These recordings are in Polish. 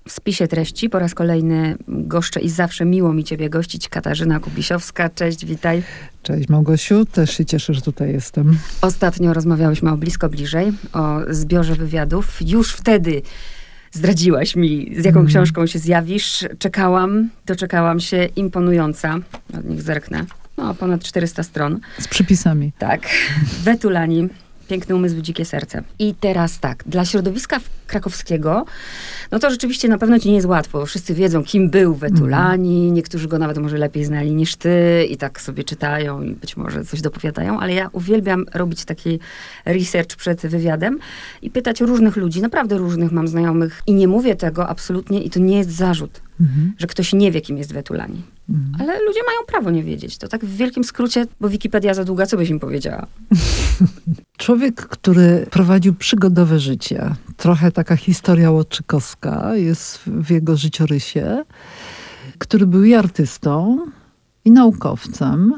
W spisie treści po raz kolejny goszczę i zawsze miło mi ciebie gościć. Katarzyna Kubisiowska. Cześć, witaj. Cześć Małgosiu, też się cieszę, że tutaj jestem. Ostatnio rozmawiałyśmy o Blisko Bliżej, o zbiorze wywiadów. Już wtedy zdradziłaś mi, z jaką książką się zjawisz. Doczekałam się, imponująca. Niech zerknę. Ponad 400 stron. Z przypisami. Tak. Wetulani. Piękny umysł, dzikie serce. I teraz tak, dla środowiska krakowskiego, no to rzeczywiście na pewno ci nie jest łatwo. Wszyscy wiedzą, kim był Wetulani. Niektórzy go nawet może lepiej znali niż ty i tak sobie czytają i być może coś dopowiadają, ale ja uwielbiam robić taki research przed wywiadem i pytać różnych ludzi, naprawdę różnych mam znajomych i nie mówię tego absolutnie i to nie jest zarzut, że ktoś nie wie, kim jest Wetulani. Ale ludzie mają prawo nie wiedzieć. To tak w wielkim skrócie, bo Wikipedia za długa, co byś im powiedziała? Człowiek, który prowadził przygodowe życie, trochę taka historia łotrzykowska jest w jego życiorysie, który był i artystą, i naukowcem,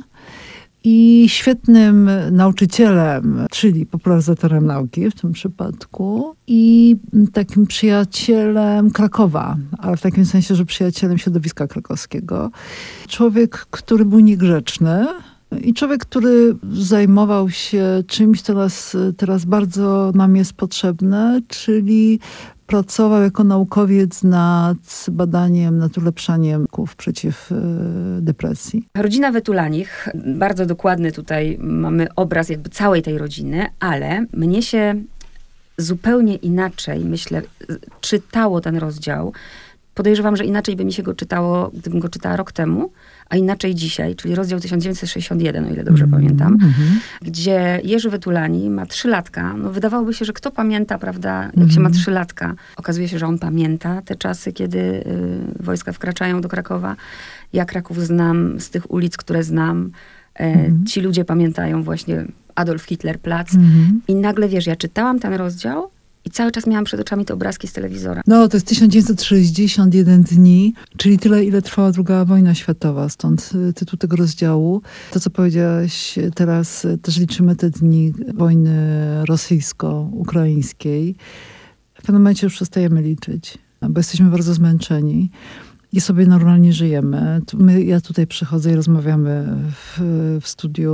i świetnym nauczycielem, czyli popularyzatorem nauki w tym przypadku, i takim przyjacielem Krakowa, ale w takim sensie, że przyjacielem środowiska krakowskiego. Człowiek, który był niegrzeczny i człowiek, który zajmował się czymś, co teraz bardzo nam jest potrzebne, czyli pracował jako naukowiec nad badaniem, nad ulepszaniem leków przeciw depresji. Rodzina Wetulanich, bardzo dokładny tutaj mamy obraz jakby całej tej rodziny, ale mnie się zupełnie inaczej, myślę, czytało ten rozdział. Podejrzewam, że inaczej by mi się go czytało, gdybym go czytała rok temu, a inaczej dzisiaj, czyli rozdział 1961, o ile dobrze pamiętam, gdzie Jerzy Wetulani ma 3-latka. No wydawałoby się, że kto pamięta, prawda, jak się ma 3-latka. Okazuje się, że on pamięta te czasy, kiedy wojska wkraczają do Krakowa. Ja Kraków znam z tych ulic, które znam. Ci ludzie pamiętają właśnie Adolf Hitler Plac. I nagle, wiesz, ja czytałam ten rozdział i cały czas miałam przed oczami te obrazki z telewizora. No, to jest 1961 dni, czyli tyle, ile trwała II wojna światowa, stąd tytuł tego rozdziału. To, co powiedziałaś teraz, też liczymy te dni wojny rosyjsko-ukraińskiej. W pewnym momencie już przestajemy liczyć, bo jesteśmy bardzo zmęczeni. I sobie normalnie żyjemy. Ja tutaj przychodzę i rozmawiamy w studiu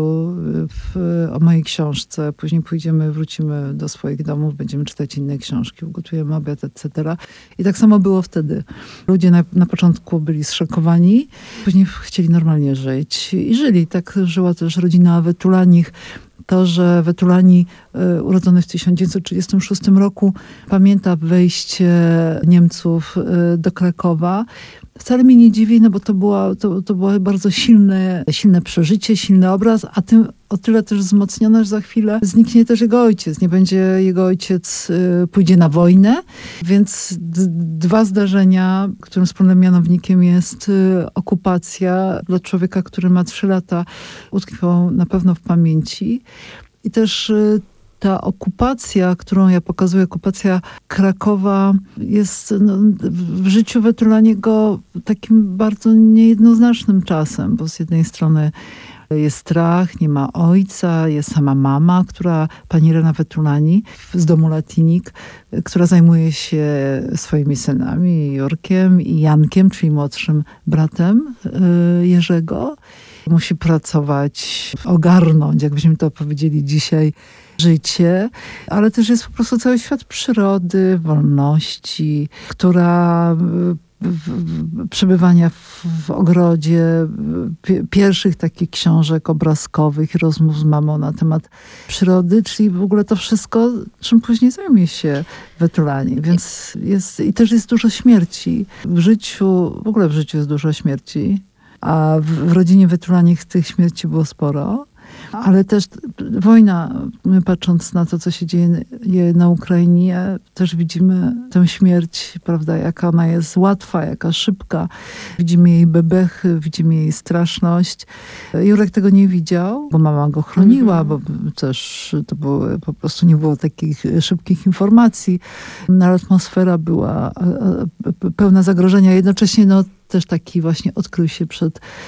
o mojej książce. Później wrócimy do swoich domów, będziemy czytać inne książki, ugotujemy obiad, etc. I tak samo było wtedy. Ludzie na początku byli zszokowani, później chcieli normalnie żyć. I żyli. Tak żyła też rodzina Wetulanich. To, że Wetulani, urodzony w 1936 roku, pamięta wejście Niemców do Krakowa, wcale mnie nie dziwi, no bo to było bardzo silne przeżycie, silny obraz, a tym o tyle też wzmocnione, że za chwilę zniknie też jego ojciec. Nie będzie jego ojciec, pójdzie na wojnę, więc dwa zdarzenia, którym wspólnym mianownikiem jest okupacja dla człowieka, który ma 3 lata, utkwią na pewno w pamięci. I też ta okupacja, którą ja pokazuję, okupacja Krakowa, jest w życiu Wetulaniego takim bardzo niejednoznacznym czasem, bo z jednej strony jest strach, nie ma ojca, jest sama mama, pani Irena Wetulani z domu Latinik, która zajmuje się swoimi synami, Jurkiem i Jankiem, czyli młodszym bratem Jerzego. Musi pracować, ogarnąć, jakbyśmy to powiedzieli dzisiaj, życie, ale też jest po prostu cały świat przyrody, wolności, która przebywania w ogrodzie, pierwszych takich książek obrazkowych i rozmów z mamą na temat przyrody, czyli w ogóle to wszystko, czym później zajmie się Wetulani. Więc i też jest dużo śmierci. W ogóle w życiu jest dużo śmierci, a w rodzinie Wetulanich tych śmierci było sporo. Ale też wojna, my patrząc na to, co się dzieje na Ukrainie, też widzimy tę śmierć, prawda, jaka ona jest łatwa, jaka szybka. Widzimy jej bebechy, widzimy jej straszność. Jurek tego nie widział, bo mama go chroniła, bo też po prostu nie było takich szybkich informacji. Ale atmosfera była pełna zagrożenia. Jednocześnie też taki właśnie odkrył się przed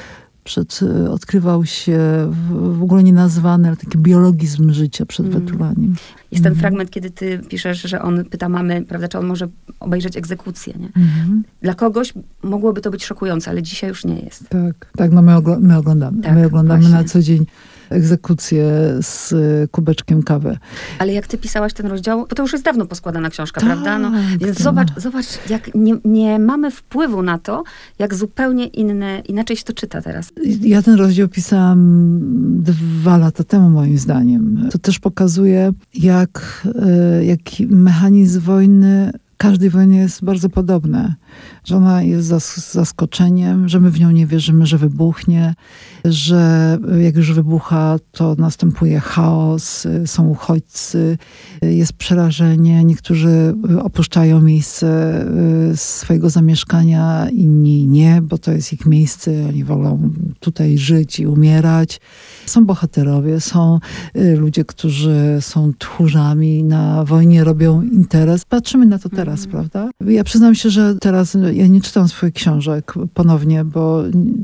odkrywał się w ogóle nienazwany, ale taki biologizm życia przed Wetulaniem. Jest ten fragment, kiedy ty piszesz, że on pyta mamy, prawda, czy on może obejrzeć egzekucję, nie? Dla kogoś mogłoby to być szokujące, ale dzisiaj już nie jest. Tak, no my oglądamy. Tak, my oglądamy właśnie. na co dzień egzekucję z kubeczkiem kawy. Ale jak ty pisałaś ten rozdział, bo to już jest dawno poskładana książka, prawda? No, więc tak. zobacz, jak nie mamy wpływu na to, jak zupełnie inaczej się to czyta teraz. Ja ten rozdział pisałam 2 lata temu, moim zdaniem. To też pokazuje, jaki mechanizm wojny, każdej wojny jest bardzo podobny. Że ona jest zaskoczeniem, że my w nią nie wierzymy, że wybuchnie, że jak już wybucha, to następuje chaos, są uchodźcy, jest przerażenie. Niektórzy opuszczają miejsce swojego zamieszkania, inni nie, bo to jest ich miejsce, oni wolą tutaj żyć i umierać. Są bohaterowie, są ludzie, którzy są tchórzami, na wojnie robią interes. Patrzymy na to teraz, prawda? Ja przyznam się, że teraz ja nie czytam swoich książek ponownie, bo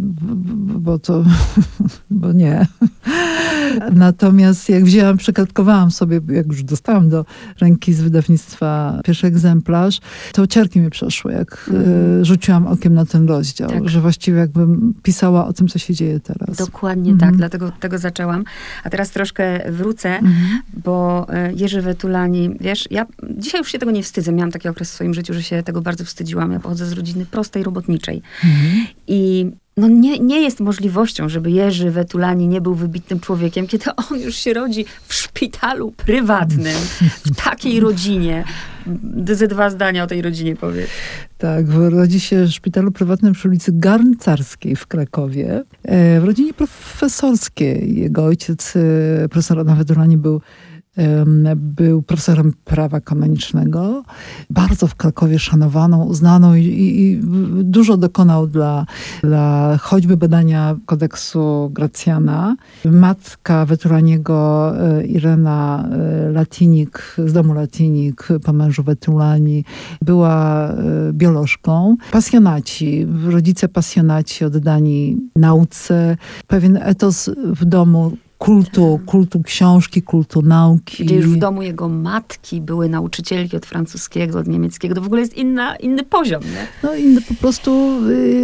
nie. Natomiast jak przekartkowałam sobie, jak już dostałam do ręki z wydawnictwa pierwszy egzemplarz, to ciarki mi przeszły, jak rzuciłam okiem na ten rozdział, że właściwie jakbym pisała o tym, co się dzieje teraz. Dokładnie tak, dlatego od tego zaczęłam. A teraz troszkę wrócę, bo Jerzy Wetulani, wiesz, ja dzisiaj już się tego nie wstydzę. Miałam taki okres w swoim życiu, że się tego bardzo wstydziłam. Ja pochodzę z rodziny prostej, robotniczej. I no nie jest możliwością, żeby Jerzy Wetulani nie był wybitnym człowiekiem, kiedy on już się rodzi w szpitalu prywatnym, w takiej rodzinie. Ze 2 zdania o tej rodzinie powiedz. Tak, rodzi się w szpitalu prywatnym przy ulicy Garncarskiej w Krakowie. W rodzinie profesorskiej. Jego ojciec, profesor Adam Wetulani, był profesorem prawa kanonicznego, bardzo w Krakowie szanowaną, uznaną i dużo dokonał dla choćby badania kodeksu Gracjana. Matka Wetulaniego, Irena Latinik, z domu Latinik, po mężu Wetulani, była biolożką. Pasjonaci, rodzice pasjonaci oddani nauce, pewien etos w domu, kultu książki, kultu nauki. Gdzie już w domu jego matki były nauczycielki od francuskiego, od niemieckiego. To w ogóle jest inny poziom, nie? No inny po prostu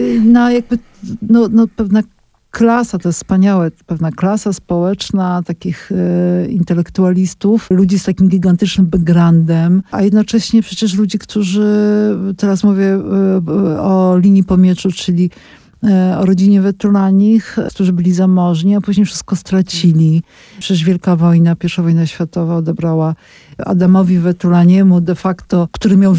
pewna klasa, to jest wspaniałe, pewna klasa społeczna takich intelektualistów, ludzi z takim gigantycznym backgroundem, a jednocześnie przecież ludzi, którzy, teraz mówię o linii Pomieczu, czyli o rodzinie Wetulanich, którzy byli zamożni, a później wszystko stracili. Przecież Wielka Wojna, I wojna światowa odebrała Adamowi Wetulaniemu de facto, który miał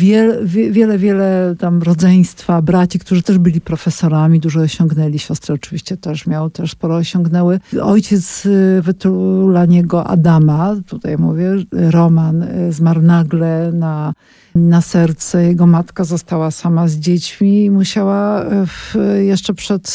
wiele tam rodzeństwa, braci, którzy też byli profesorami, dużo osiągnęli. Siostry oczywiście też sporo osiągnęły. Ojciec Wetulaniego, Adama, tutaj mówię, Roman, zmarł nagle na serce. Jego matka została sama z dziećmi i musiała jeszcze przed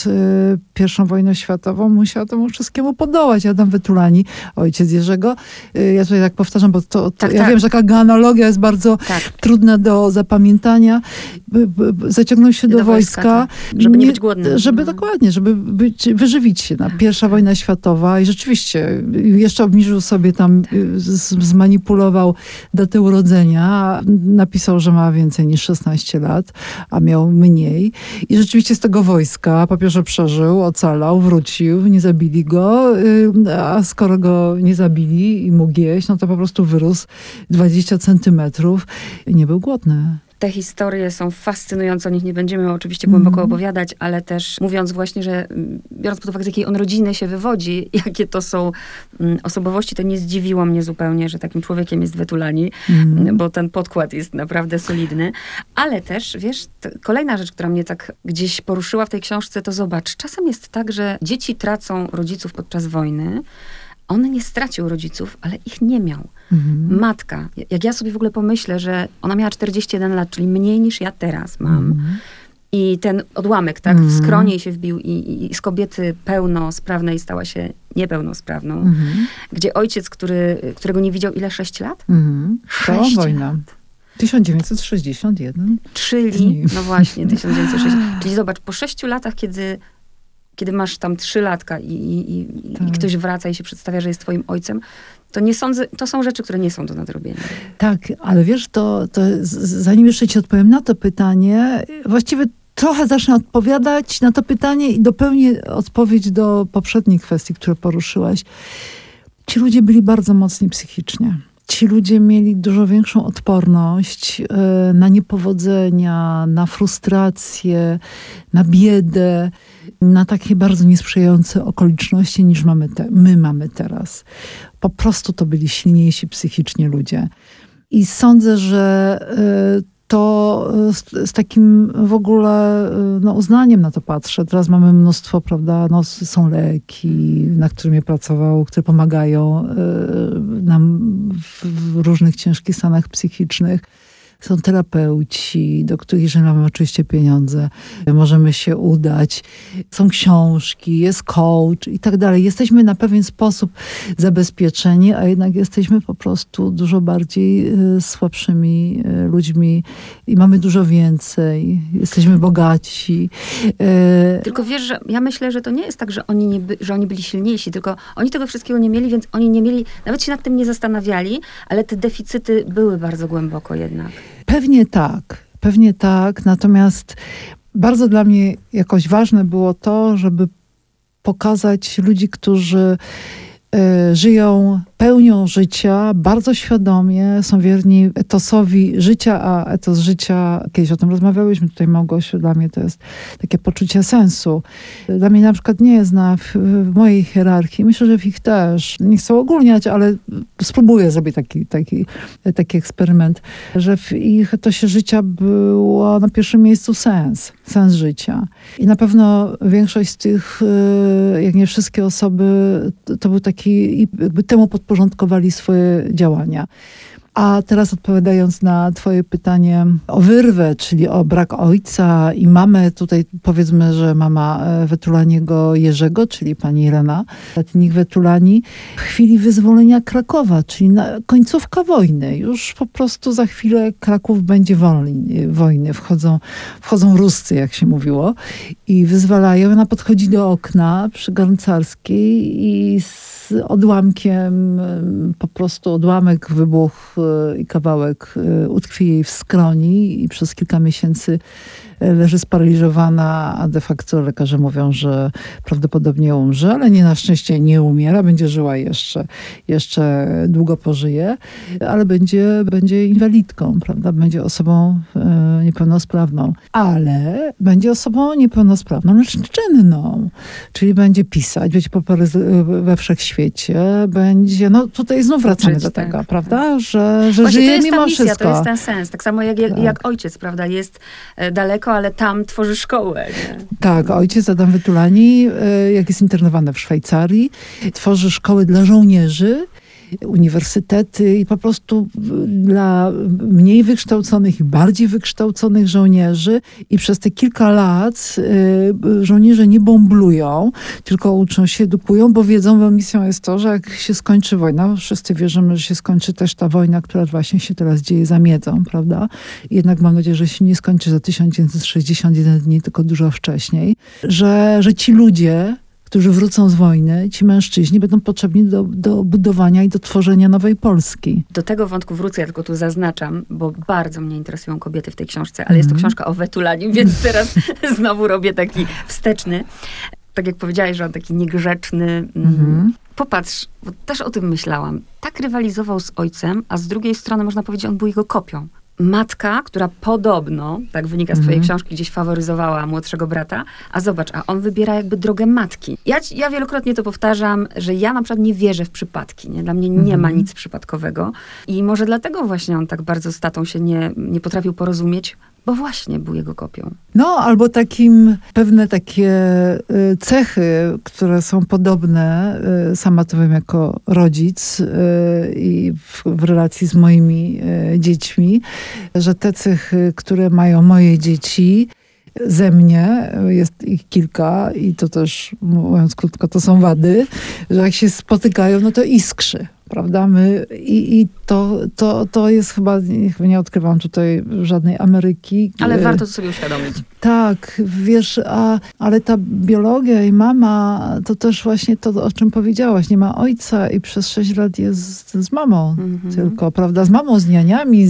I wojną światową musiała temu wszystkiemu podołać. Adam Wetulani, ojciec Jerzego. Ja tutaj tak powtarzam, bo ja wiem, że taka analogia jest bardzo trudna do zapamiętania. Zaciągnął się do wojska. Tak. Żeby nie być głodnym. Dokładnie, żeby wyżywić się. I wojna światowa. I rzeczywiście jeszcze obniżył sobie tam, zmanipulował datę urodzenia. Napisał, że ma więcej niż 16 lat, a miał mniej. I rzeczywiście z tego wojska po pierwsze przeżył, ocalał, wrócił, nie zabili go, a skoro go nie zabili i mógł jeść, no to po prostu wyrósł 20 centymetrów i nie był głodny. Te historie są fascynujące, o nich nie będziemy oczywiście głęboko opowiadać, ale też mówiąc właśnie, że biorąc pod uwagę, z jakiej on rodziny się wywodzi, jakie to są osobowości, to nie zdziwiło mnie zupełnie, że takim człowiekiem jest Wetulani, bo ten podkład jest naprawdę solidny. Ale też, wiesz, kolejna rzecz, która mnie tak gdzieś poruszyła w tej książce, to zobacz, czasem jest tak, że dzieci tracą rodziców podczas wojny. On nie stracił rodziców, ale ich nie miał. Matka, jak ja sobie w ogóle pomyślę, że ona miała 41 lat, czyli mniej niż ja teraz mam. I ten odłamek, tak, w skronie się wbił i z kobiety pełnosprawnej stała się niepełnosprawną. Gdzie ojciec, którego nie widział ile? 6 lat? 6 wojna. Lat. 1961. Czyli, no właśnie, 1960. Czyli zobacz, po 6 latach, kiedy kiedy masz tam 3 latka i ktoś wraca i się przedstawia, że jest twoim ojcem, to nie sądzę, to są rzeczy, które nie są do nadrobienia. Tak, ale wiesz, zanim jeszcze ci odpowiem na to pytanie, właściwie trochę zacznę odpowiadać na to pytanie i dopełnię odpowiedź do poprzedniej kwestii, które poruszyłaś. Ci ludzie byli bardzo mocni psychicznie. Ci ludzie mieli dużo większą odporność na niepowodzenia, na frustrację, na biedę, na takie bardzo niesprzyjające okoliczności, niż my mamy teraz. Po prostu to byli silniejsi psychicznie ludzie. I sądzę, że to z takim w ogóle uznaniem na to patrzę. Teraz mamy mnóstwo, prawda, są leki, nad którymi pracował, które pomagają nam w różnych ciężkich stanach psychicznych. Są terapeuci, do których, jeżeli mamy oczywiście pieniądze, możemy się udać. Są książki, jest coach i tak dalej. Jesteśmy na pewien sposób zabezpieczeni, a jednak jesteśmy po prostu dużo bardziej słabszymi ludźmi i mamy dużo więcej. Jesteśmy bogaci. Tylko wiesz, że ja myślę, że to nie jest tak, że oni byli silniejsi, tylko oni tego wszystkiego nie mieli, więc oni nie mieli, nawet się nad tym nie zastanawiali, ale te deficyty były bardzo głęboko jednak. Pewnie tak. Natomiast bardzo dla mnie jakoś ważne było to, żeby pokazać ludzi, którzy żyją pełnią życia, bardzo świadomie, są wierni etosowi życia, a etos życia, kiedyś o tym rozmawiałyśmy tutaj, Małgosiu, dla mnie to jest takie poczucie sensu. Dla mnie na przykład nie jest w mojej hierarchii, myślę, że w ich też, nie chcę ogólniać, ale spróbuję zrobić taki eksperyment, że w ich etosie życia było na pierwszym miejscu sens życia. I na pewno większość z tych, jak nie wszystkie osoby, to był taki, jakby temu podporządkowali swoje działania. A teraz odpowiadając na twoje pytanie o wyrwę, czyli o brak ojca i mamę, tutaj powiedzmy, że mama Wetulaniego Jerzego, czyli pani Irena Latynik-Wetulani, w chwili wyzwolenia Krakowa, czyli końcówka wojny. Już po prostu za chwilę Kraków będzie wojny. Wchodzą Ruscy, jak się mówiło, i wyzwalają. Ona podchodzi do okna przy Garncarskiej i z odłamkiem, po prostu odłamek, wybuch i kawałek utkwi jej w skroni i przez kilka miesięcy leży sparaliżowana, a de facto lekarze mówią, że prawdopodobnie umrze, ale na szczęście nie umiera, będzie żyła jeszcze długo pożyje, ale będzie inwalidką, prawda? Będzie osobą niepełnosprawną, ale będzie osobą niepełnosprawną, lecz czynną, czyli będzie pisać, będzie we wszechświecie, będzie, tutaj znów wracamy do tego, prawda? Że żyje mimo wszystko. To jest ten sens, tak samo jak ojciec, prawda? Jest daleko, ale tam tworzy szkołę. Nie? Tak, ojciec Adam Wetulani, jak jest internowany w Szwajcarii, tworzy szkoły dla żołnierzy, uniwersytety i po prostu dla mniej wykształconych i bardziej wykształconych żołnierzy i przez te kilka lat żołnierze nie bomblują, tylko uczą się, edukują, bo wiedzą, bo misją jest to, że jak się skończy wojna, wszyscy wierzymy, że się skończy też ta wojna, która właśnie się teraz dzieje za Miedzą, prawda? I jednak mam nadzieję, że się nie skończy za 1961 dni, tylko dużo wcześniej, że ci ludzie, którzy wrócą z wojny, ci mężczyźni będą potrzebni do budowania i do tworzenia nowej Polski. Do tego wątku wrócę, ja tylko tu zaznaczam, bo bardzo mnie interesują kobiety w tej książce, ale jest to książka o Wetulanim, więc teraz znowu robię taki wsteczny. Tak jak powiedziałaś, że on taki niegrzeczny. Popatrz, bo też o tym myślałam. Tak rywalizował z ojcem, a z drugiej strony można powiedzieć, on był jego kopią. Matka, która podobno, tak wynika z twojej książki, gdzieś faworyzowała młodszego brata, a zobacz, a on wybiera jakby drogę matki. Ja wielokrotnie to powtarzam, że ja na przykład nie wierzę w przypadki, nie? Dla mnie nie ma nic przypadkowego i może dlatego właśnie on tak bardzo z tatą się nie potrafił porozumieć, bo właśnie był jego kopią. Albo pewne takie cechy, które są podobne, sama to wiem jako rodzic i w relacji z moimi dziećmi, że te cechy, które mają moje dzieci, ze mnie, jest ich kilka i to też, mówiąc krótko, to są wady, że jak się spotykają, to iskrzy. Prawda? To jest chyba nie odkrywam tutaj żadnej Ameryki. Ale warto to sobie uświadomić. Tak, wiesz, ale ta biologia i mama, to też właśnie to, o czym powiedziałaś. Nie ma ojca i przez 6 lat jest z mamą tylko, prawda? Z mamą, z nianiami,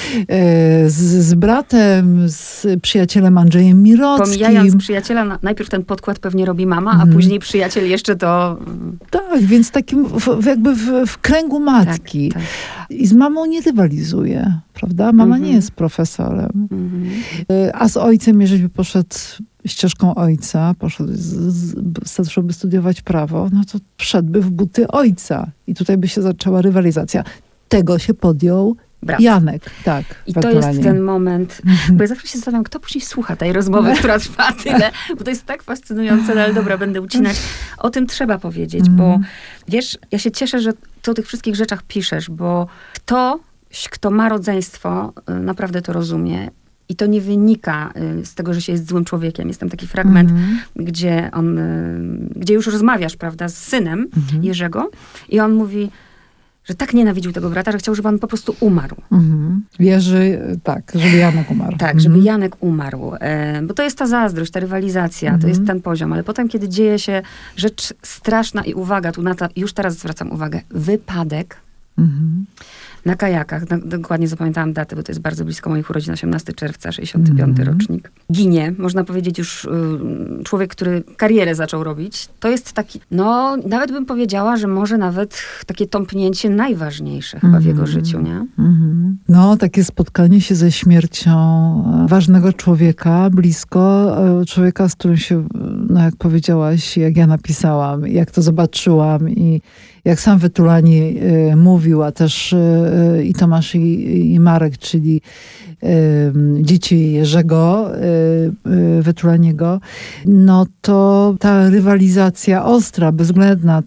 z bratem, z przyjacielem Andrzejem Mirockim. Pomijając przyjaciela, najpierw ten podkład pewnie robi mama, a później przyjaciel jeszcze to... Tak, więc takim jakby w kręgu matki. Tak. I z mamą nie rywalizuje, prawda? Mama nie jest profesorem. A z ojcem, jeżeli by poszedł ścieżką ojca, zacząłby studiować prawo, no to wszedłby w buty ojca. I tutaj by się zaczęła rywalizacja. Tego się podjął Brat. Janek, tak. I to jest ten moment, bo ja zawsze się zastanawiam, kto później słucha tej rozmowy, która trwa tyle, bo to jest tak fascynujące, no ale dobra, będę ucinać. O tym trzeba powiedzieć, bo wiesz, ja się cieszę, że ty o tych wszystkich rzeczach piszesz, bo ktoś, kto ma rodzeństwo, naprawdę to rozumie. I to nie wynika z tego, że się jest złym człowiekiem. Jest tam taki fragment, gdzie już rozmawiasz, prawda, z synem Jerzego i on mówi, że tak nienawidził tego brata, że chciał, żeby on po prostu umarł. Wierzy, tak, żeby Janek umarł. Tak, żeby Janek umarł. Bo to jest ta zazdrość, ta rywalizacja, to jest ten poziom. Ale potem, kiedy dzieje się rzecz straszna i uwaga, tu już teraz zwracam uwagę, wypadek na kajakach, dokładnie zapamiętałam datę, bo to jest bardzo blisko moich urodzin, 18 czerwca, 65 rocznik. Ginie, można powiedzieć już człowiek, który karierę zaczął robić. To jest taki, no nawet bym powiedziała, że może nawet takie tąpnięcie najważniejsze chyba w jego życiu, nie? No, takie spotkanie się ze śmiercią ważnego człowieka, blisko, człowieka, z którym się, no jak powiedziałaś, jak ja napisałam, jak to zobaczyłam i jak sam Wetulani mówił, a też i Tomasz i Marek, czyli dzieci Jerzego Wetulaniego, no to ta rywalizacja ostra, bezwzględna,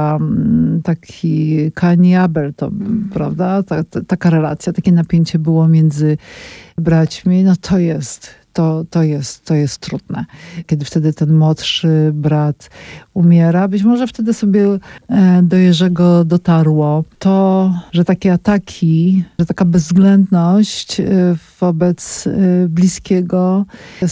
taki Kain i Abel, to, prawda? Taka relacja, takie napięcie było między braćmi, no to jest trudne. Kiedy wtedy ten młodszy brat umiera, być może wtedy sobie do Jerzego dotarło to, że takie ataki, że taka bezwzględność wobec bliskiego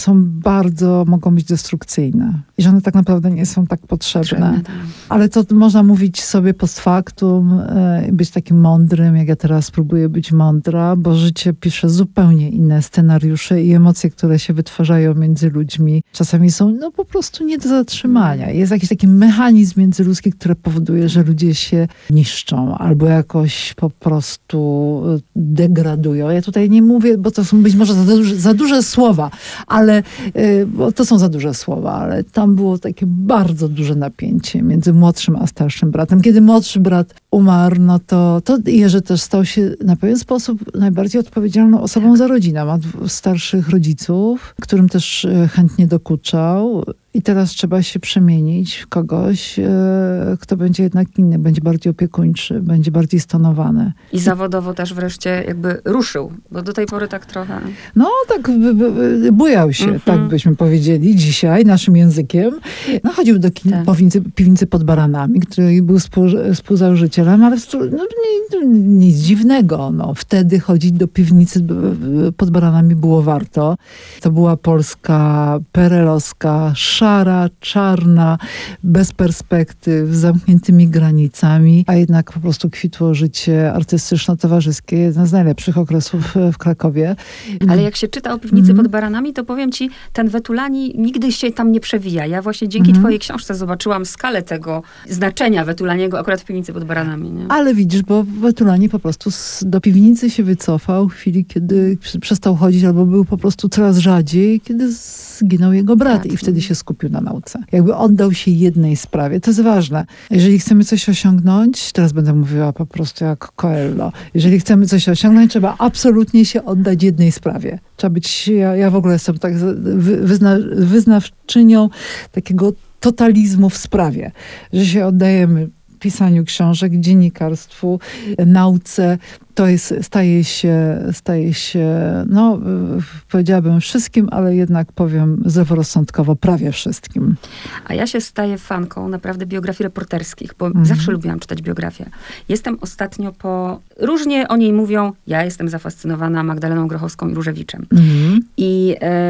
mogą być destrukcyjne. I że one tak naprawdę nie są tak potrzebne. Tak. Ale to można mówić sobie post factum, być takim mądrym, jak ja teraz próbuję być mądra, bo życie pisze zupełnie inne scenariusze i emocje, które się wytwarzają między ludźmi, czasami są no po prostu nie do zatrzymania. Jest jakiś taki mechanizm międzyludzki, który powoduje, że ludzie się niszczą albo jakoś po prostu degradują. Ja tutaj nie mówię, bo to są być może za duże słowa, ale bo to są za duże słowa, ale tam było takie bardzo duże napięcie między młodszym a starszym bratem. Kiedy młodszy brat umarł, no to Jerzy też stał się na pewien sposób najbardziej odpowiedzialną osobą za rodzinę. Ma starszych rodziców, którym też chętnie dokuczał. I teraz trzeba się przemienić w kogoś, kto będzie jednak inny, będzie bardziej opiekuńczy, będzie bardziej stonowany. I zawodowo też wreszcie jakby ruszył, bo do tej pory tak trochę... No tak bujał się, tak byśmy powiedzieli dzisiaj naszym językiem. No chodził do piwnicy pod Baranami, której był współzałożycielem, ale nic dziwnego. No. Wtedy chodzić do piwnicy pod Baranami było warto. To była Polska perelowska, szara, czarna, bez perspektyw, z zamkniętymi granicami, a jednak po prostu kwitło życie artystyczno-towarzyskie, jeden z najlepszych okresów w Krakowie. Ale jak się czyta o piwnicy pod Baranami, to powiem ci, ten Wetulani nigdy się tam nie przewija. Ja właśnie dzięki twojej książce zobaczyłam skalę tego znaczenia Wetulaniego akurat w piwnicy pod Baranami. Nie? Ale widzisz, bo Wetulani po prostu do piwnicy się wycofał w chwili, kiedy przestał chodzić, albo był po prostu coraz rzadziej, kiedy zginął jego brat i wtedy się skupił na nauce. Jakby oddał się jednej sprawie. To jest ważne. Jeżeli chcemy coś osiągnąć, teraz będę mówiła po prostu jak Coelho, jeżeli chcemy coś osiągnąć, trzeba absolutnie się oddać jednej sprawie. Trzeba być, ja w ogóle jestem tak wyznawczynią takiego totalizmu w sprawie, że się oddajemy pisaniu książek, dziennikarstwu, nauce. To staje się, no powiedziałabym wszystkim, ale jednak powiem zdroworozsądkowo prawie wszystkim. A ja się staję fanką naprawdę biografii reporterskich, bo zawsze lubiłam czytać biografię. Jestem ostatnio różnie o niej mówią, ja jestem zafascynowana Magdaleną Grochowską i Różewiczem. I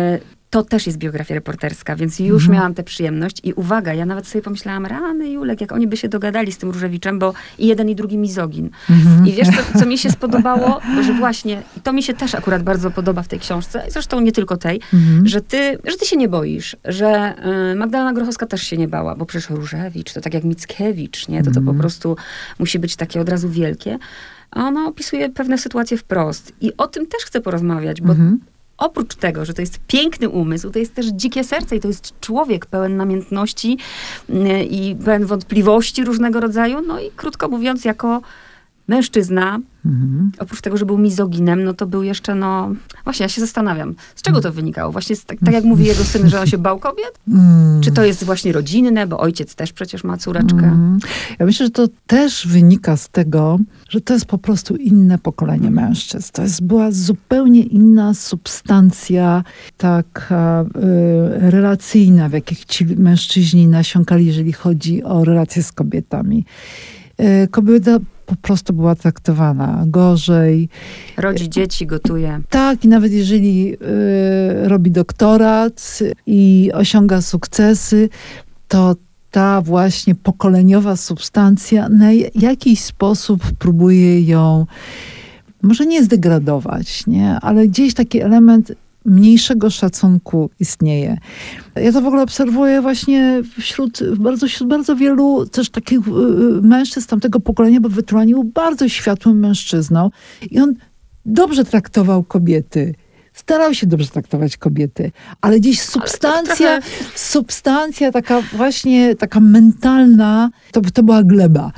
to też jest biografia reporterska, więc już miałam tę przyjemność i uwaga, ja nawet sobie pomyślałam, rany Julek, jak oni by się dogadali z tym Różewiczem, bo i jeden i drugi mizogin. I wiesz, co mi się spodobało, że właśnie, to mi się też akurat bardzo podoba w tej książce, zresztą nie tylko tej, że ty się nie boisz, że Magdalena Grochowska też się nie bała, bo przecież Różewicz, to tak jak Mickiewicz, nie? To po prostu musi być takie od razu wielkie. A ona opisuje pewne sytuacje wprost. I o tym też chcę porozmawiać, bo oprócz tego, że to jest piękny umysł, to jest też dzikie serce i to jest człowiek pełen namiętności i pełen wątpliwości różnego rodzaju. No i krótko mówiąc, jako mężczyzna, oprócz tego, że był mizoginem, no to był jeszcze, no... Właśnie, ja się zastanawiam, z czego to wynikało? Właśnie tak jak mówi jego syn, że on się bał kobiet? Czy to jest właśnie rodzinne, bo ojciec też przecież ma córeczkę? Ja myślę, że to też wynika z tego, że to jest po prostu inne pokolenie mężczyzn. Była zupełnie inna substancja, taka relacyjna, w jakich ci mężczyźni nasiąkali, jeżeli chodzi o relacje z kobietami. Kobieta po prostu była traktowana gorzej. Rodzi dzieci, gotuje. Tak, i nawet jeżeli robi doktorat i osiąga sukcesy, to ta właśnie pokoleniowa substancja na jakiś sposób próbuje ją, może nie zdegradować, nie? Ale gdzieś taki element mniejszego szacunku istnieje. Ja to w ogóle obserwuję właśnie wśród bardzo wielu też takich mężczyzn tamtego pokolenia, bo Wetułani był bardzo światłym mężczyzną i on dobrze traktował kobiety. Starał się dobrze traktować kobiety, ale gdzieś substancja taka właśnie, taka mentalna, to była gleba.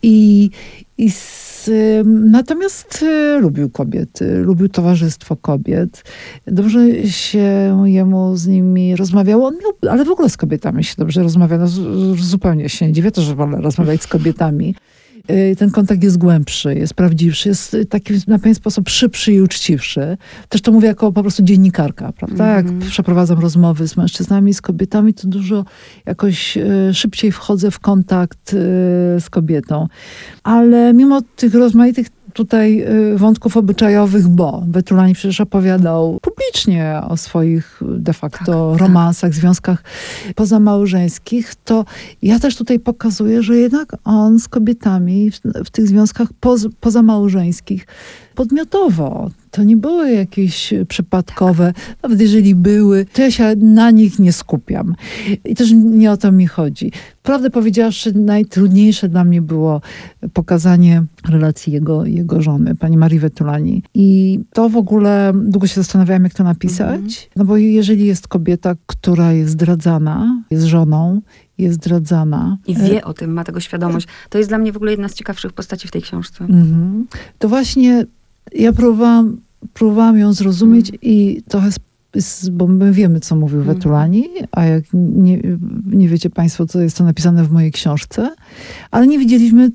Natomiast lubił kobiety, lubił towarzystwo kobiet. Dobrze się jemu z nimi rozmawiało. Ale w ogóle z kobietami się dobrze rozmawia. No, zupełnie się nie dziwię, to, że wolę rozmawiać z kobietami. Ten kontakt jest głębszy, jest prawdziwszy, jest taki na pewien sposób szybszy i uczciwszy. Też to mówię jako po prostu dziennikarka, prawda? Jak przeprowadzam rozmowy z mężczyznami, z kobietami, to dużo jakoś szybciej wchodzę w kontakt z kobietą. Ale mimo tych rozmaitych tutaj wątków obyczajowych, bo Wetułani przecież opowiadał publicznie o swoich de facto romansach, związkach pozamałżeńskich, to ja też tutaj pokazuję, że jednak on z kobietami w tych związkach pozamałżeńskich podmiotowo. To nie były jakieś przypadkowe, nawet jeżeli były, to ja się na nich nie skupiam. I też nie o to mi chodzi. Prawdę powiedziawszy, najtrudniejsze dla mnie było pokazanie relacji jego żony, pani Marii Wetułani. I to w ogóle długo się zastanawiałam, jak to napisać. No bo jeżeli jest kobieta, która jest zdradzana, jest żoną, jest zdradzana. I wie o tym, ma tego świadomość. To jest dla mnie w ogóle jedna z ciekawszych postaci w tej książce. To właśnie ja próbowałam ją zrozumieć i trochę, bo my wiemy, co mówił Wetułani, a jak nie wiecie państwo, co jest to napisane w mojej książce, ale nie widzieliśmy,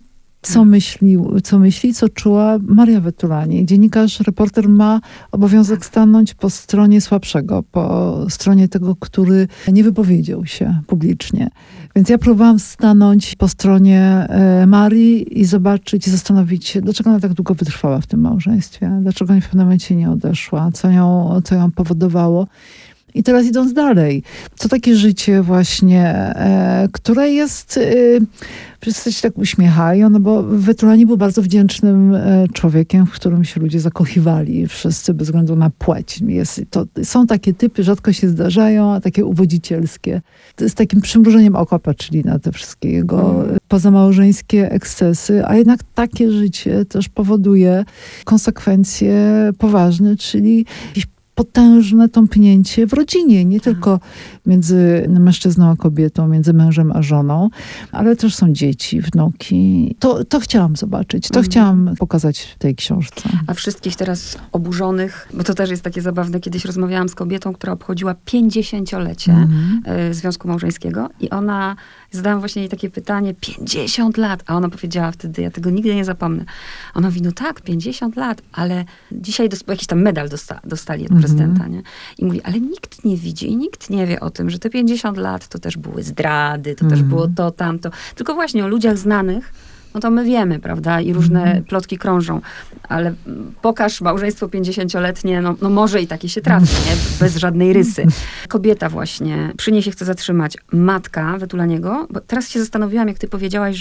co myśli, co czuła Maria Wetułani. Dziennikarz, reporter ma obowiązek stanąć po stronie słabszego, po stronie tego, który nie wypowiedział się publicznie. Więc ja próbowałam stanąć po stronie Marii i zobaczyć, i zastanowić się, dlaczego ona tak długo wytrwała w tym małżeństwie, dlaczego w pewnym momencie nie odeszła, co ją powodowało. I teraz idąc dalej, co takie życie właśnie, które jest, wszyscy się tak uśmiechają, no bo Wetułani był bardzo wdzięcznym człowiekiem, w którym się ludzie zakochiwali, wszyscy bez względu na płeć. Są takie typy, rzadko się zdarzają, a takie uwodzicielskie. Z takim przymrużeniem oka patrzyli na te wszystkie jego pozamałżeńskie ekscesy, a jednak takie życie też powoduje konsekwencje poważne, czyli jakieś potężne tąpnięcie w rodzinie, nie tylko między mężczyzną a kobietą, między mężem a żoną, ale też są dzieci, wnuki. To chciałam zobaczyć, to chciałam pokazać w tej książce. A wszystkich teraz oburzonych, bo to też jest takie zabawne, kiedyś rozmawiałam z kobietą, która obchodziła 50-lecie związku małżeńskiego i ona, zadałam właśnie jej takie pytanie, 50 lat, a ona powiedziała wtedy, ja tego nigdy nie zapomnę. Ona mówi, no tak, 50 lat, ale dzisiaj jakiś tam medal dostali od prezydenta, nie? I mówi, ale nikt nie widzi i nikt nie wie o tym, że te 50 lat to też były zdrady, to też było to, tamto. Tylko właśnie o ludziach znanych, no to my wiemy, prawda, i różne plotki krążą, ale pokaż małżeństwo 50-letnie, no może i takie się trafi, nie? Bez żadnej rysy. Kobieta właśnie, przy niej się chce zatrzymać. Matka Vetulaniego, bo teraz się zastanowiłam, jak ty powiedziałaś,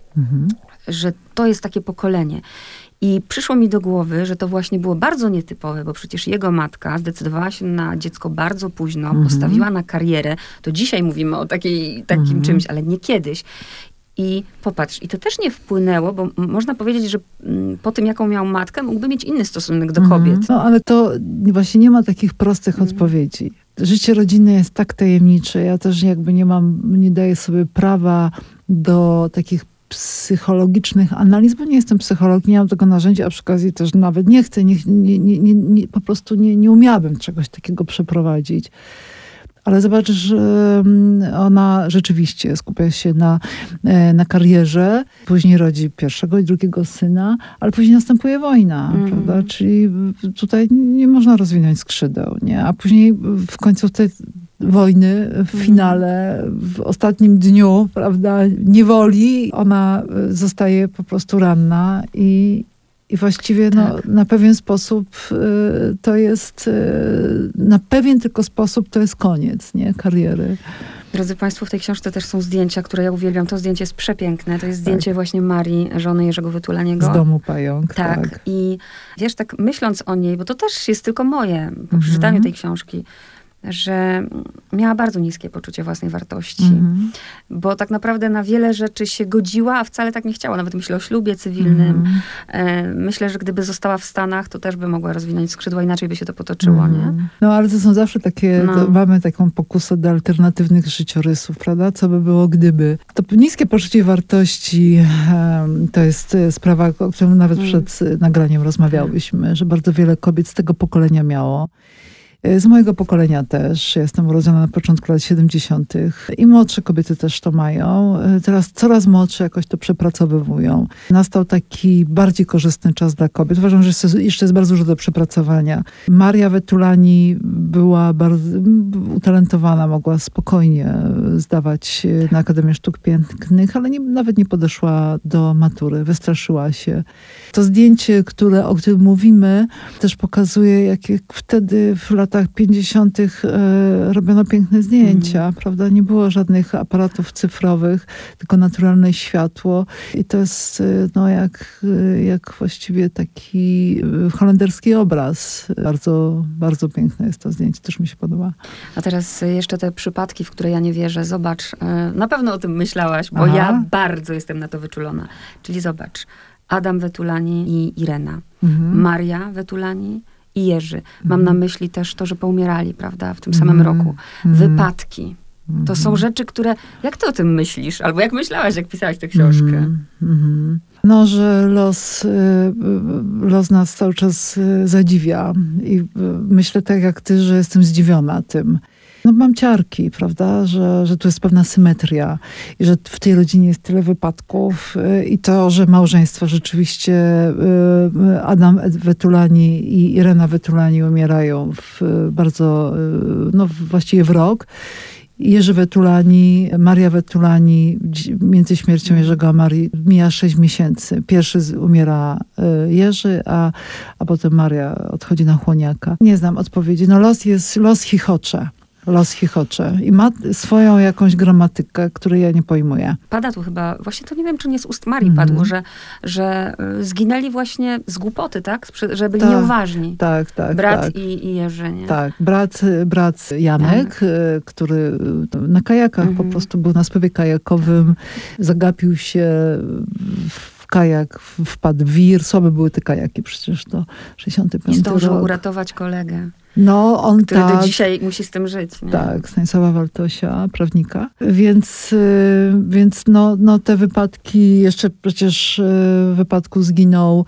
że to jest takie pokolenie. I przyszło mi do głowy, że to właśnie było bardzo nietypowe, bo przecież jego matka zdecydowała się na dziecko bardzo późno, postawiła na karierę. To dzisiaj mówimy o takim czymś, ale nie kiedyś. I popatrz, i to też nie wpłynęło, bo można powiedzieć, że po tym, jaką miał matkę, mógłby mieć inny stosunek do kobiet. No, ale to właśnie nie ma takich prostych odpowiedzi. Życie rodzinne jest tak tajemnicze. Ja też jakby nie daję sobie prawa do takich psychologicznych analiz, bo nie jestem psycholog, nie mam tego narzędzia, a przy okazji też nawet nie chcę, po prostu nie umiałabym czegoś takiego przeprowadzić. Ale zobacz, że ona rzeczywiście skupia się na karierze, później rodzi pierwszego i drugiego syna, ale później następuje wojna, prawda? Czyli tutaj nie można rozwinąć skrzydeł, nie? A później w końcu tej wojny, w finale, w ostatnim dniu, prawda, niewoli, ona zostaje po prostu ranna i właściwie na pewien sposób to jest, na pewien tylko sposób to jest koniec, nie? Kariery. Drodzy Państwo, w tej książce też są zdjęcia, które ja uwielbiam. To zdjęcie jest przepiękne. To jest zdjęcie właśnie Marii, żony Jerzego Vetulaniego. Z domu pająk. Tak. I wiesz, tak myśląc o niej, bo to też jest tylko moje, po przeczytaniu tej książki, że miała bardzo niskie poczucie własnej wartości. Bo tak naprawdę na wiele rzeczy się godziła, a wcale tak nie chciała. Nawet myślę o ślubie cywilnym. Myślę, że gdyby została w Stanach, to też by mogła rozwinąć skrzydła, inaczej by się to potoczyło, nie? No, ale to są zawsze takie, mamy taką pokusę do alternatywnych życiorysów, prawda? Co by było, gdyby. To niskie poczucie wartości to jest sprawa, o której nawet przed nagraniem rozmawiałyśmy, że bardzo wiele kobiet z tego pokolenia miało. Z mojego pokolenia też. Ja jestem urodzona na początku lat 70. I młodsze kobiety też to mają. Teraz coraz młodsze jakoś to przepracowywują. Nastał taki bardziej korzystny czas dla kobiet. Uważam, że jeszcze jest bardzo dużo do przepracowania. Maria Vetulani była bardzo utalentowana, mogła spokojnie zdawać na Akademię Sztuk Pięknych, ale nawet nie podeszła do matury. Wystraszyła się. To zdjęcie, o którym mówimy, też pokazuje, jak wtedy w latach 50. robiono piękne zdjęcia, prawda? Nie było żadnych aparatów cyfrowych, tylko naturalne światło. I to jest jak właściwie taki holenderski obraz. Bardzo, bardzo piękne jest to zdjęcie. Też mi się podoba. A teraz jeszcze te przypadki, w które ja nie wierzę. Zobacz, na pewno o tym myślałaś, bo ja bardzo jestem na to wyczulona. Czyli zobacz, Adam Vetulani i Irena. Maria Vetulani i Jerzy. Mam na myśli też to, że poumierali, prawda, w tym samym roku. Wypadki. To są rzeczy, które... Jak ty o tym myślisz? Albo jak myślałaś, jak pisałaś tę książkę? No, że los nas cały czas zadziwia. I myślę tak jak ty, że jestem zdziwiona tym. No mam ciarki, prawda, że tu jest pewna symetria i że w tej rodzinie jest tyle wypadków i to, że małżeństwo rzeczywiście Adam Vetulani i Irena Vetulani umierają bardzo, właściwie w rok. Jerzy Vetulani, Maria Vetulani, między śmiercią Jerzego a Marii mija 6 miesięcy. Pierwszy umiera Jerzy, a potem Maria odchodzi na chłoniaka. Nie znam odpowiedzi. No los chichocze. Los chichocze i ma swoją jakąś gramatykę, której ja nie pojmuję. Pada tu chyba, właśnie to nie wiem, czy nie z ust Marii padło, że zginęli właśnie z głupoty, tak? Że byli nieuważni. Tak. Brat i Jerzy, nie? Tak, brat Janek, który na kajakach po prostu był na spływie kajakowym, zagapił się w kajak, wpadł w wir. Słabe były te kajaki, przecież to 65 rok. I zdążył uratować kolegę. No, on który do dzisiaj musi z tym żyć. Nie? Tak, Stanisława Waltosia, prawnika. Więc te wypadki, jeszcze przecież w wypadku zginął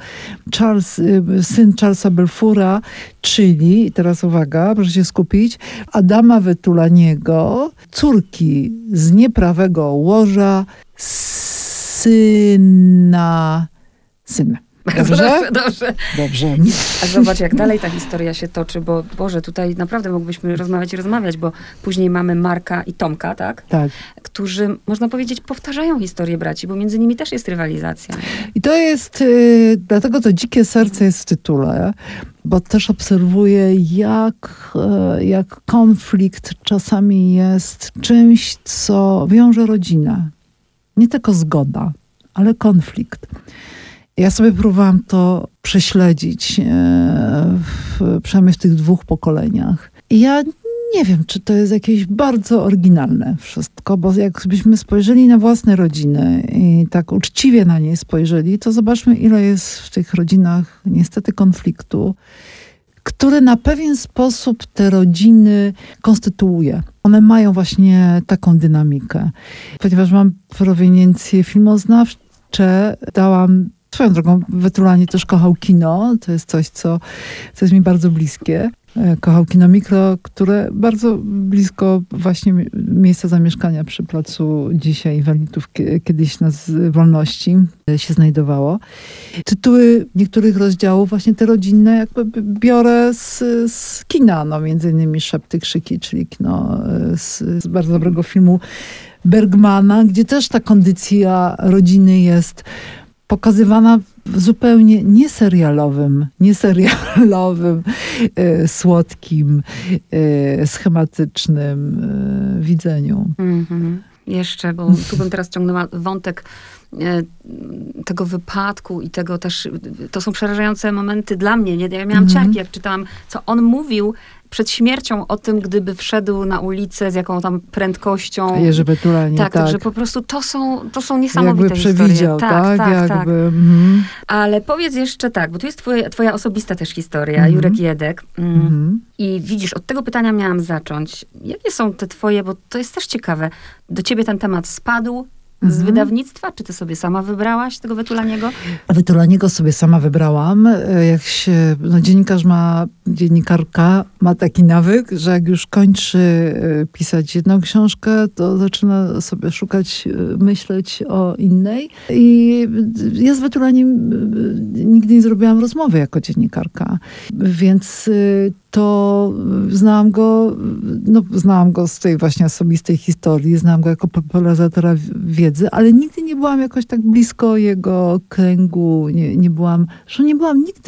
syn Charlesa Balfoura, czyli, teraz uwaga, proszę się skupić, Adama Vetulaniego, córki z nieprawego łoża, syn. Dobrze. A zobacz, jak dalej ta historia się toczy, bo Boże, tutaj naprawdę moglibyśmy rozmawiać, bo później mamy Marka i Tomka, tak? Tak. Którzy, można powiedzieć, powtarzają historię braci, bo między nimi też jest rywalizacja. I to jest, dlatego to dzikie serce jest w tytule, bo też obserwuję, jak konflikt czasami jest czymś, co wiąże rodzinę. Nie tylko zgoda, ale konflikt. Ja sobie próbowałam to prześledzić, przynajmniej w tych 2 pokoleniach. I ja nie wiem, czy to jest jakieś bardzo oryginalne wszystko, bo jakbyśmy spojrzeli na własne rodziny i tak uczciwie na nie spojrzeli, to zobaczmy, ile jest w tych rodzinach niestety konfliktu, który na pewien sposób te rodziny konstytuuje. One mają właśnie taką dynamikę. Ponieważ mam proweniencje filmoznawcze, dałam swoją drogą, Wetulani też kochał kino. To jest coś, co jest mi bardzo bliskie. Kochał kino mikro, które bardzo blisko właśnie miejsca zamieszkania przy placu dzisiaj Inwalidów, kiedyś na Wolności się znajdowało. Tytuły niektórych rozdziałów, właśnie te rodzinne, jakby biorę z kina, no między innymi Szepty, Krzyki, czyli kino z bardzo dobrego filmu Bergmana, gdzie też ta kondycja rodziny jest pokazywana w zupełnie nieserialowym, słodkim, schematycznym widzeniu. Jeszcze, bo tu bym teraz ciągnęła wątek tego wypadku i tego też, to są przerażające momenty dla mnie. Nie? Ja miałam ciarki, jak czytałam, co on mówił przed śmiercią o tym, gdyby wszedł na ulicę z jaką tam prędkością. Jerzy Wetulani, tak. Że po prostu to są niesamowite jakby przewidział, historie. Tak. Ale powiedz jeszcze tak, bo tu jest twoja osobista też historia, Jurek Jedek. I widzisz, od tego pytania miałam zacząć. Jakie są te twoje, bo to jest też ciekawe, do ciebie ten temat spadł z wydawnictwa? Czy ty sobie sama wybrałaś tego Wetulaniego? Wetulaniego sobie sama wybrałam. Jak się, dziennikarka ma taki nawyk, że jak już kończy pisać jedną książkę, to zaczyna sobie szukać, myśleć o innej. I ja z Wetulaniem nigdy nie zrobiłam rozmowy jako dziennikarka. Więc to znałam go z tej właśnie osobistej historii, znałam go jako popularyzatora wiedzy, ale nigdy nie byłam jakoś tak blisko jego kręgu, nie byłam nigdy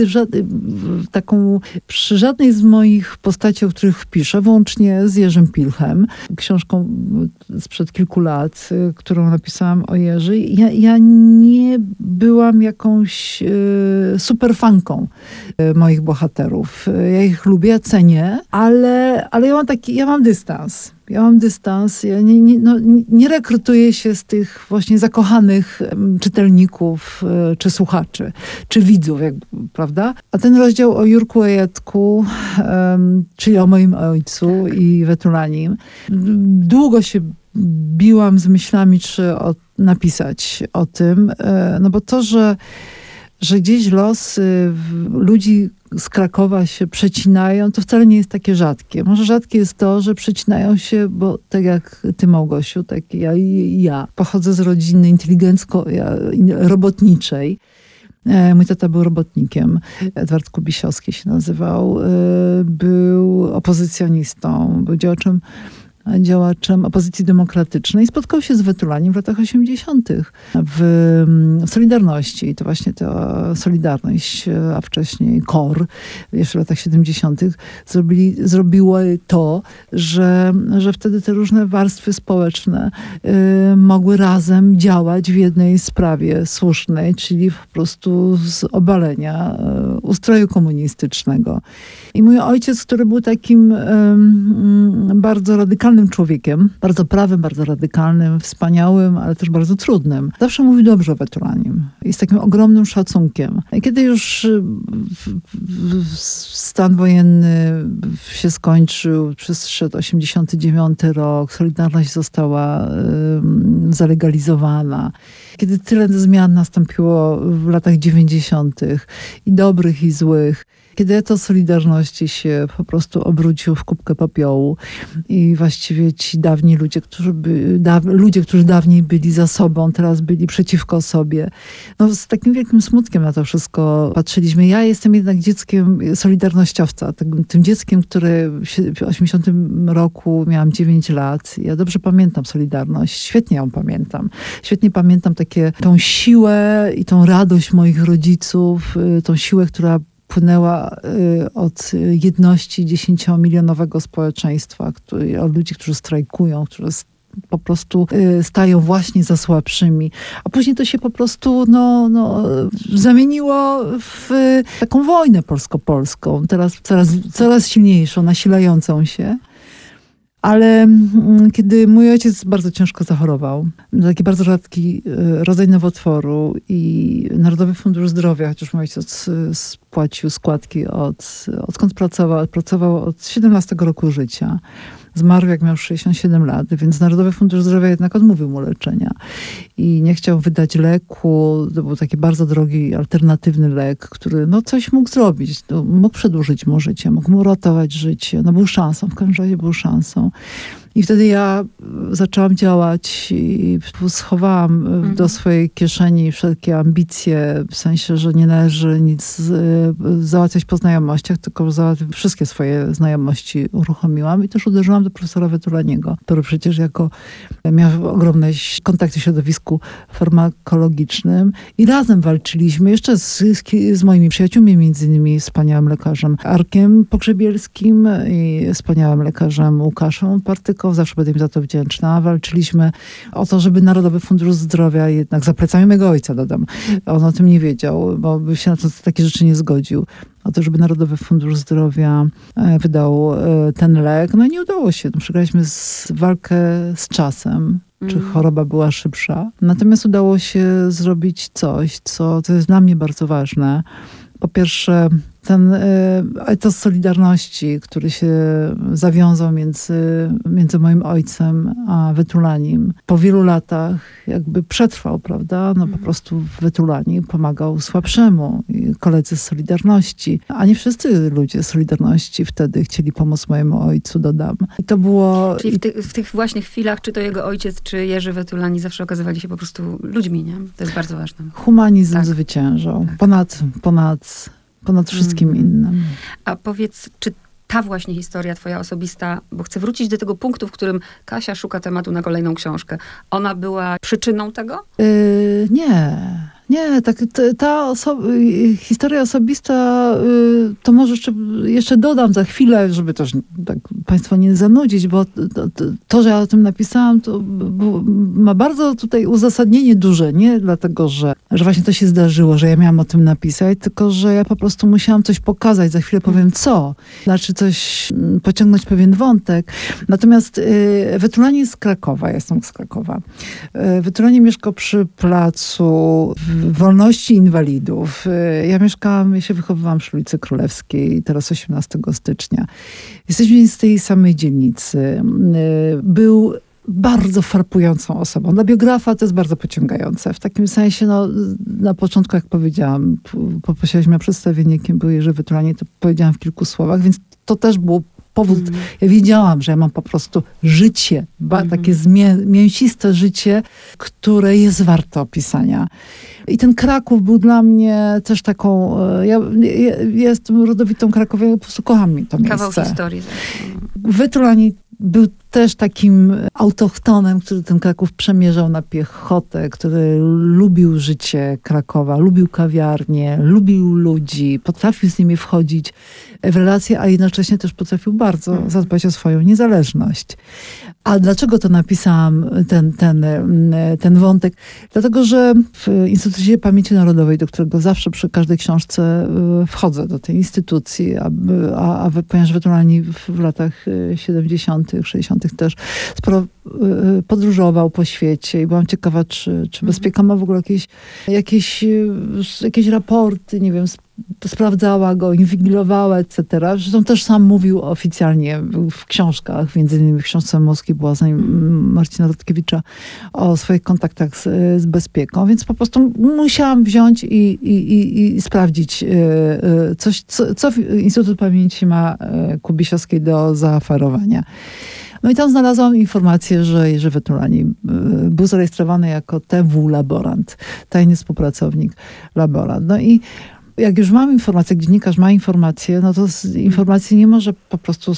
przy żadnej z moich postaci, o których piszę, włącznie z Jerzym Pilchem, książką sprzed kilku lat, którą napisałam o Jerzy. Ja nie byłam jakąś superfanką moich bohaterów. Ja ich lubię, cenię, ale ja mam dystans. Ja nie rekrutuję się z tych właśnie zakochanych czytelników, czy słuchaczy, czy widzów, prawda? A ten rozdział o Jurku Jedku, czyli o moim ojcu i Wetulanim, długo się biłam z myślami, czy napisać o tym, no bo to, że gdzieś losy ludzi z Krakowa się przecinają, to wcale nie jest takie rzadkie. Może rzadkie jest to, że przecinają się, bo tak jak ty, Małgosiu, tak ja pochodzę z rodziny robotniczej. Mój tata był robotnikiem. Edward Kubisiowski się nazywał. Był opozycjonistą, był działaczem opozycji demokratycznej. Spotkał się z Wetulaniem w latach 80. w Solidarności. To właśnie ta Solidarność, a wcześniej KOR, jeszcze w latach 70. zrobiło to, że wtedy te różne warstwy społeczne mogły razem działać w jednej sprawie słusznej, czyli po prostu z obalenia ustroju komunistycznego. I mój ojciec, który był takim bardzo radykalnym człowiekiem, bardzo prawym, bardzo radykalnym, wspaniałym, ale też bardzo trudnym. Zawsze mówił dobrze o Wetulanim i z takim ogromnym szacunkiem. I kiedy już stan wojenny się skończył, przyszedł 89 rok, Solidarność została zalegalizowana. Kiedy tyle zmian nastąpiło w latach 90. i dobrych, i złych, Kiedy etos Solidarności się po prostu obrócił w kubkę popiołu i właściwie ci dawni ludzie, którzy dawniej byli za sobą, teraz byli przeciwko sobie. No, z takim wielkim smutkiem na to wszystko patrzyliśmy. Ja jestem jednak dzieckiem solidarnościowca. Tym dzieckiem, które w 80 roku miałam 9 lat. Ja dobrze pamiętam Solidarność. Świetnie ją pamiętam. Świetnie pamiętam tą siłę i tą radość moich rodziców. Tą siłę, która płynęła od jedności 10-milionowego społeczeństwa, od ludzi, którzy strajkują, którzy po prostu stają właśnie za słabszymi. A później to się po prostu zamieniło w taką wojnę polsko-polską, teraz coraz silniejszą, nasilającą się. Ale kiedy mój ojciec bardzo ciężko zachorował, taki bardzo rzadki rodzaj nowotworu i Narodowy Fundusz Zdrowia, chociaż mój ojciec spłacił składki odkąd pracował od 17 roku życia. Zmarł jak miał 67 lat, więc Narodowy Fundusz Zdrowia jednak odmówił mu leczenia. I nie chciał wydać leku. To był taki bardzo drogi, alternatywny lek, który coś mógł zrobić. Mógł przedłużyć mu życie, mógł mu ratować życie. Był szansą, w każdym razie był szansą. I wtedy ja zaczęłam działać i schowałam do swojej kieszeni wszelkie ambicje, w sensie, że nie należy nic załatwiać po znajomościach, tylko wszystkie swoje znajomości uruchomiłam i też uderzyłam do profesora Wetulaniego, który przecież miał ogromne kontakty w środowisku farmakologicznym i razem walczyliśmy jeszcze z moimi przyjaciółmi, między innymi wspaniałym lekarzem Arkiem Pogrzebielskim i wspaniałym lekarzem Łukaszem Partyką. Zawsze będę im za to wdzięczna. Walczyliśmy o to, żeby Narodowy Fundusz Zdrowia, jednak za plecami mego ojca, dodam, on o tym nie wiedział, bo by się na to takie rzeczy nie zgodził. O to, żeby Narodowy Fundusz Zdrowia wydał ten lek. No i nie udało się. Przegraliśmy walkę z czasem. Czy choroba była szybsza. Natomiast udało się zrobić coś, co jest dla mnie bardzo ważne. Po pierwsze, ten etos Solidarności, który się zawiązał między moim ojcem a Wetulanim. Po wielu latach jakby przetrwał, prawda? Po prostu Wetulani pomagał słabszemu. I koledzy z Solidarności. A nie wszyscy ludzie z Solidarności wtedy chcieli pomóc mojemu ojcu, dodam. I to było... Czyli w tych właśnie chwilach, czy to jego ojciec, czy Jerzy Wetulani zawsze okazywali się po prostu ludźmi, nie? To jest bardzo ważne. Humanizm zwyciężał. Tak. Ponad wszystkim innym. A powiedz, czy ta właśnie historia twoja osobista, bo chcę wrócić do tego punktu, w którym Kasia szuka tematu na kolejną książkę. Ona była przyczyną tego? Nie, ta historia osobista, to może jeszcze dodam za chwilę, żeby też tak państwa nie zanudzić, bo to, że ja o tym napisałam, to ma bardzo tutaj uzasadnienie duże, nie dlatego, że właśnie to się zdarzyło, że ja miałam o tym napisać, tylko, że ja po prostu musiałam coś pokazać, za chwilę powiem co, znaczy coś, pociągnąć pewien wątek. Natomiast Wetulani jest z Krakowa, ja jestem z Krakowa. Wetulani mieszkał przy placu Wolności Inwalidów. Ja się wychowywałam przy ulicy Królewskiej, teraz 18 stycznia. Jesteśmy z tej samej dzielnicy. Był bardzo frapującą osobą. Dla biografa to jest bardzo pociągające. W takim sensie, na początku, jak powiedziałam, poprosiłaś mnie o przedstawienie, kim był Jerzy Wetulani, to powiedziałam w kilku słowach, więc to też był powód. Ja wiedziałam, że ja mam po prostu życie, takie mięsiste życie, które jest warte opisania. I ten Kraków był dla mnie też taką... Ja jestem rodowitą krakowianą, po prostu kocham to miejsce. Kawał historii. Wetulani był też takim autochtonem, który ten Kraków przemierzał na piechotę, który lubił życie Krakowa, lubił kawiarnie, lubił ludzi, potrafił z nimi wchodzić w relacje, a jednocześnie też potrafił bardzo zadbać o swoją niezależność. A dlaczego to napisałam, ten wątek? Dlatego, że w Instytucie Pamięci Narodowej, do którego zawsze przy każdej książce wchodzę, do tej instytucji, ponieważ Wetulani w latach 70., 60., też sporo podróżował po świecie i byłam ciekawa, czy Bezpieka ma w ogóle jakieś raporty, nie wiem, sprawdzała go, inwigilowała, etc. Zresztą też sam mówił oficjalnie w książkach, między innymi w książce Moskwi była z Marcina Rutkiewicza o swoich kontaktach z Bezpieką, więc po prostu musiałam wziąć i sprawdzić coś, co Instytut Pamięci ma Kubisiowskiej do zaoferowania. No i tam znalazłam informację, że Jerzy Wetulani był zarejestrowany jako TW laborant, tajny współpracownik laborant. No i jak już mam informację, jak dziennikarz ma informację, no to informacji nie może po prostu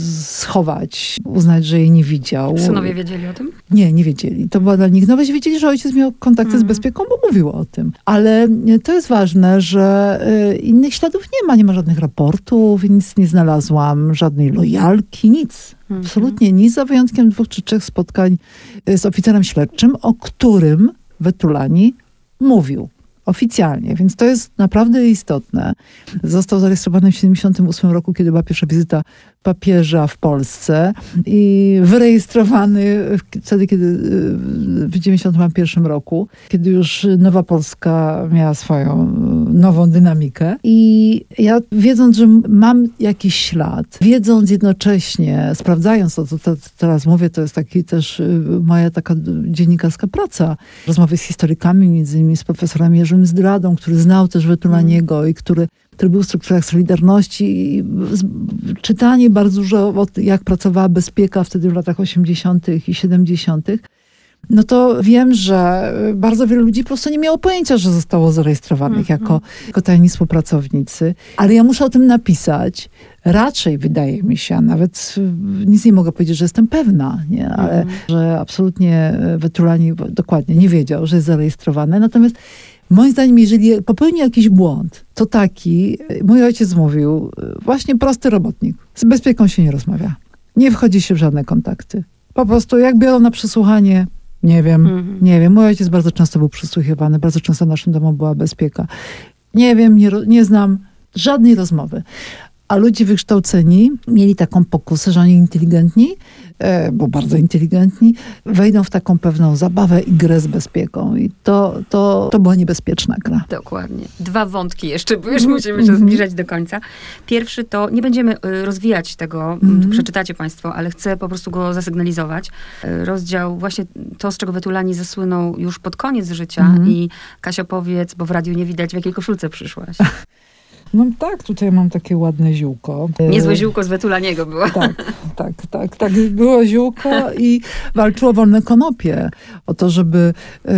schować, uznać, że jej nie widział. Synowie wiedzieli o tym? Nie wiedzieli. To była dla nich nowość. Wiedzieli, że ojciec miał kontakty z Bezpieką, bo mówił o tym. Ale to jest ważne, że innych śladów nie ma żadnych raportów, nic nie znalazłam, żadnej lojalki, nic. Absolutnie nic, za wyjątkiem 2 czy 3 spotkań z oficerem śledczym, o którym Wetulani mówił. Oficjalnie, więc to jest naprawdę istotne. Został zarejestrowany w 1978 roku, kiedy była pierwsza wizyta papieża w Polsce i wyrejestrowany wtedy, kiedy w 1991 roku, kiedy już Nowa Polska miała swoją nową dynamikę. I ja, wiedząc, że mam jakiś ślad, wiedząc jednocześnie, sprawdzając to, co teraz mówię, to jest taki też moja taka dziennikarska praca. Rozmowy z historykami, między innymi z profesorem Jerzym Zdradą, który znał też Wetulaniego i który był w strukturach Solidarności. I czytanie bardzo dużo, jak pracowała Bezpieka wtedy w latach 80. i 70., no to wiem, że bardzo wielu ludzi po prostu nie miało pojęcia, że zostało zarejestrowanych jako tajni współpracownicy. Ale ja muszę o tym napisać. Raczej wydaje mi się, a nawet nic nie mogę powiedzieć, że jestem pewna, nie? Ale że absolutnie Wetulani dokładnie nie wiedział, że jest zarejestrowany. Natomiast moim zdaniem, jeżeli popełni jakiś błąd, to taki, mój ojciec mówił, właśnie prosty robotnik. Z Bezpieką się nie rozmawia. Nie wchodzi się w żadne kontakty. Po prostu jak biorą na przesłuchanie, nie wiem. Mój ojciec bardzo często był przesłuchiwany, bardzo często w naszym domu była Bezpieka. Nie wiem, nie znam żadnej rozmowy. A ludzie wykształceni mieli taką pokusę, że oni inteligentni, bo bardzo inteligentni, wejdą w taką pewną zabawę i grę z Bezpieką. I to była niebezpieczna gra. Dokładnie. 2 wątki jeszcze, bo już musimy się zbliżać do końca. Pierwszy to, nie będziemy rozwijać tego, przeczytacie państwo, ale chcę po prostu go zasygnalizować. Rozdział, właśnie to, z czego Wetulani zasłynął już pod koniec życia i Kasia, powiedz, bo w radiu nie widać, w jakiej koszulce przyszłaś. No tak, tutaj mam takie ładne ziółko. Niezłe ziółko z Wetulaniego było. Tak. Było ziółko i walczyło wolne konopie o to, żeby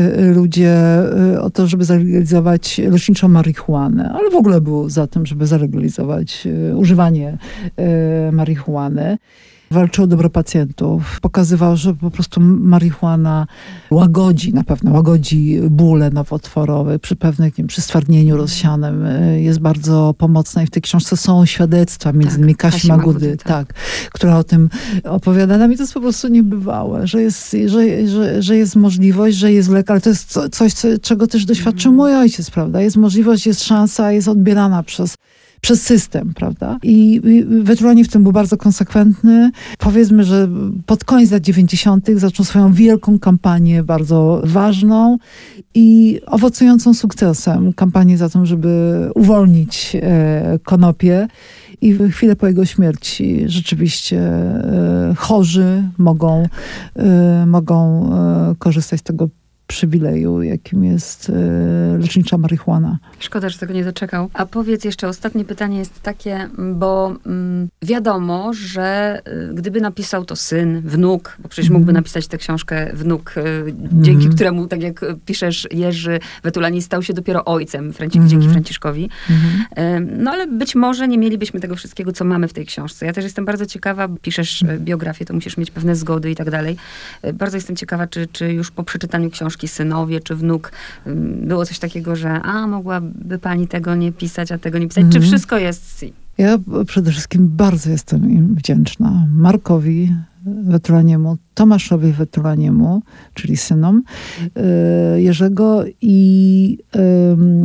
zalegalizować leczniczą marihuanę. Ale w ogóle był za tym, żeby zalegalizować używanie marihuany. Walczył o dobro pacjentów. Pokazywał, że po prostu marihuana łagodzi bóle nowotworowe przy pewnym, przy stwardnieniu rozsianym. Jest bardzo pomocna i w tej książce są świadectwa, między innymi Kasi Magudy, która o tym opowiada. Dla mnie to jest po prostu niebywałe, że jest możliwość, że jest lek, ale to jest coś, czego też doświadczył mój ojciec, prawda? Jest możliwość, jest szansa, jest odbierana przez system, prawda? I Wetulani w tym był bardzo konsekwentny. Powiedzmy, że pod koniec lat 90. zaczął swoją wielką kampanię, bardzo ważną i owocującą sukcesem. Kampanię za to, żeby uwolnić konopie. I chwilę po jego śmierci rzeczywiście chorzy mogą korzystać z tego przywileju, jakim jest lecznicza marihuana. Szkoda, że tego nie doczekał. A powiedz jeszcze, ostatnie pytanie jest takie, bo wiadomo, że gdyby napisał to syn, wnuk, bo przecież mógłby napisać tę książkę wnuk, dzięki któremu, tak jak piszesz, Jerzy Wetulani stał się dopiero ojcem, dzięki Franciszkowi. No ale być może nie mielibyśmy tego wszystkiego, co mamy w tej książce. Ja też jestem bardzo ciekawa, piszesz biografię, to musisz mieć pewne zgody i tak dalej. Bardzo jestem ciekawa, czy już po przeczytaniu książki synowie, czy wnuk, było coś takiego, że mogłaby pani tego nie pisać, a tego nie pisać. Czy wszystko jest... Ja przede wszystkim bardzo jestem im wdzięczna. Markowi Wetulaniemu, Tomaszowi Wetulaniemu, czyli synom Jerzego i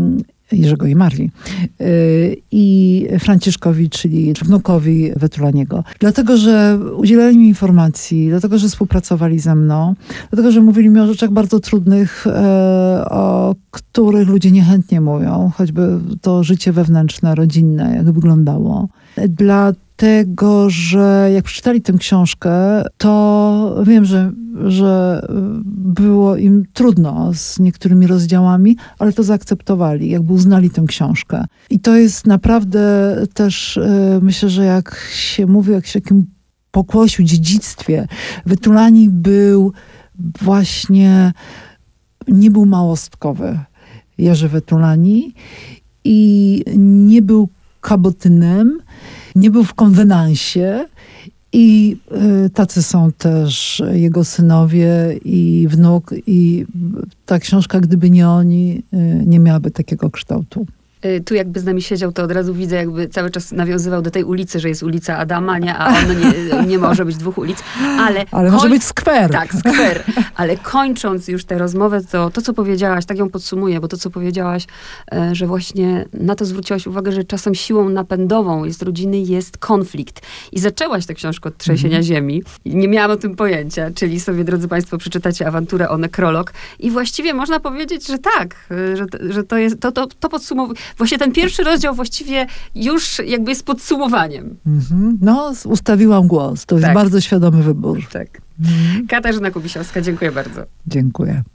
Jerzego i Marii, i Franciszkowi, czyli wnukowi Wetulaniego. Dlatego, że udzielali mi informacji, dlatego, że współpracowali ze mną, dlatego, że mówili mi o rzeczach bardzo trudnych, o których ludzie niechętnie mówią, choćby to życie wewnętrzne, rodzinne, jak wyglądało. Dlatego, że jak przeczytali tę książkę, to wiem, że było im trudno z niektórymi rozdziałami, ale to zaakceptowali, jakby uznali tę książkę. I to jest naprawdę też, myślę, że jak się mówi o jakimś takim pokłosiu, dziedzictwie, Wetulani był właśnie, nie był małostkowy, Jerzy Wetulani, i nie był kabotynem, nie był w konwenansie, i tacy są też jego synowie i wnuk, i ta książka, gdyby nie oni, nie miałaby takiego kształtu. Tu jakby z nami siedział, to od razu widzę, jakby cały czas nawiązywał do tej ulicy, że jest ulica Adama, nie? A on nie może być dwóch ulic. Ale może być skwer. Tak, skwer. Ale kończąc już tę rozmowę, to co powiedziałaś, tak ją podsumuję, bo to co powiedziałaś, że właśnie na to zwróciłaś uwagę, że czasem siłą napędową jest rodziny, jest konflikt. I zaczęłaś tę książkę od Trzęsienia ziemi. Nie miałam o tym pojęcia, czyli sobie, drodzy państwo, przeczytacie awanturę o nekrolog. I właściwie można powiedzieć, że tak, że to jest, to podsumowuje. Właśnie ten pierwszy rozdział właściwie już jakby jest podsumowaniem. No, ustawiłam głos. To jest bardzo świadomy wybór. Tak. Katarzyna Kubisiowska, dziękuję bardzo. Dziękuję.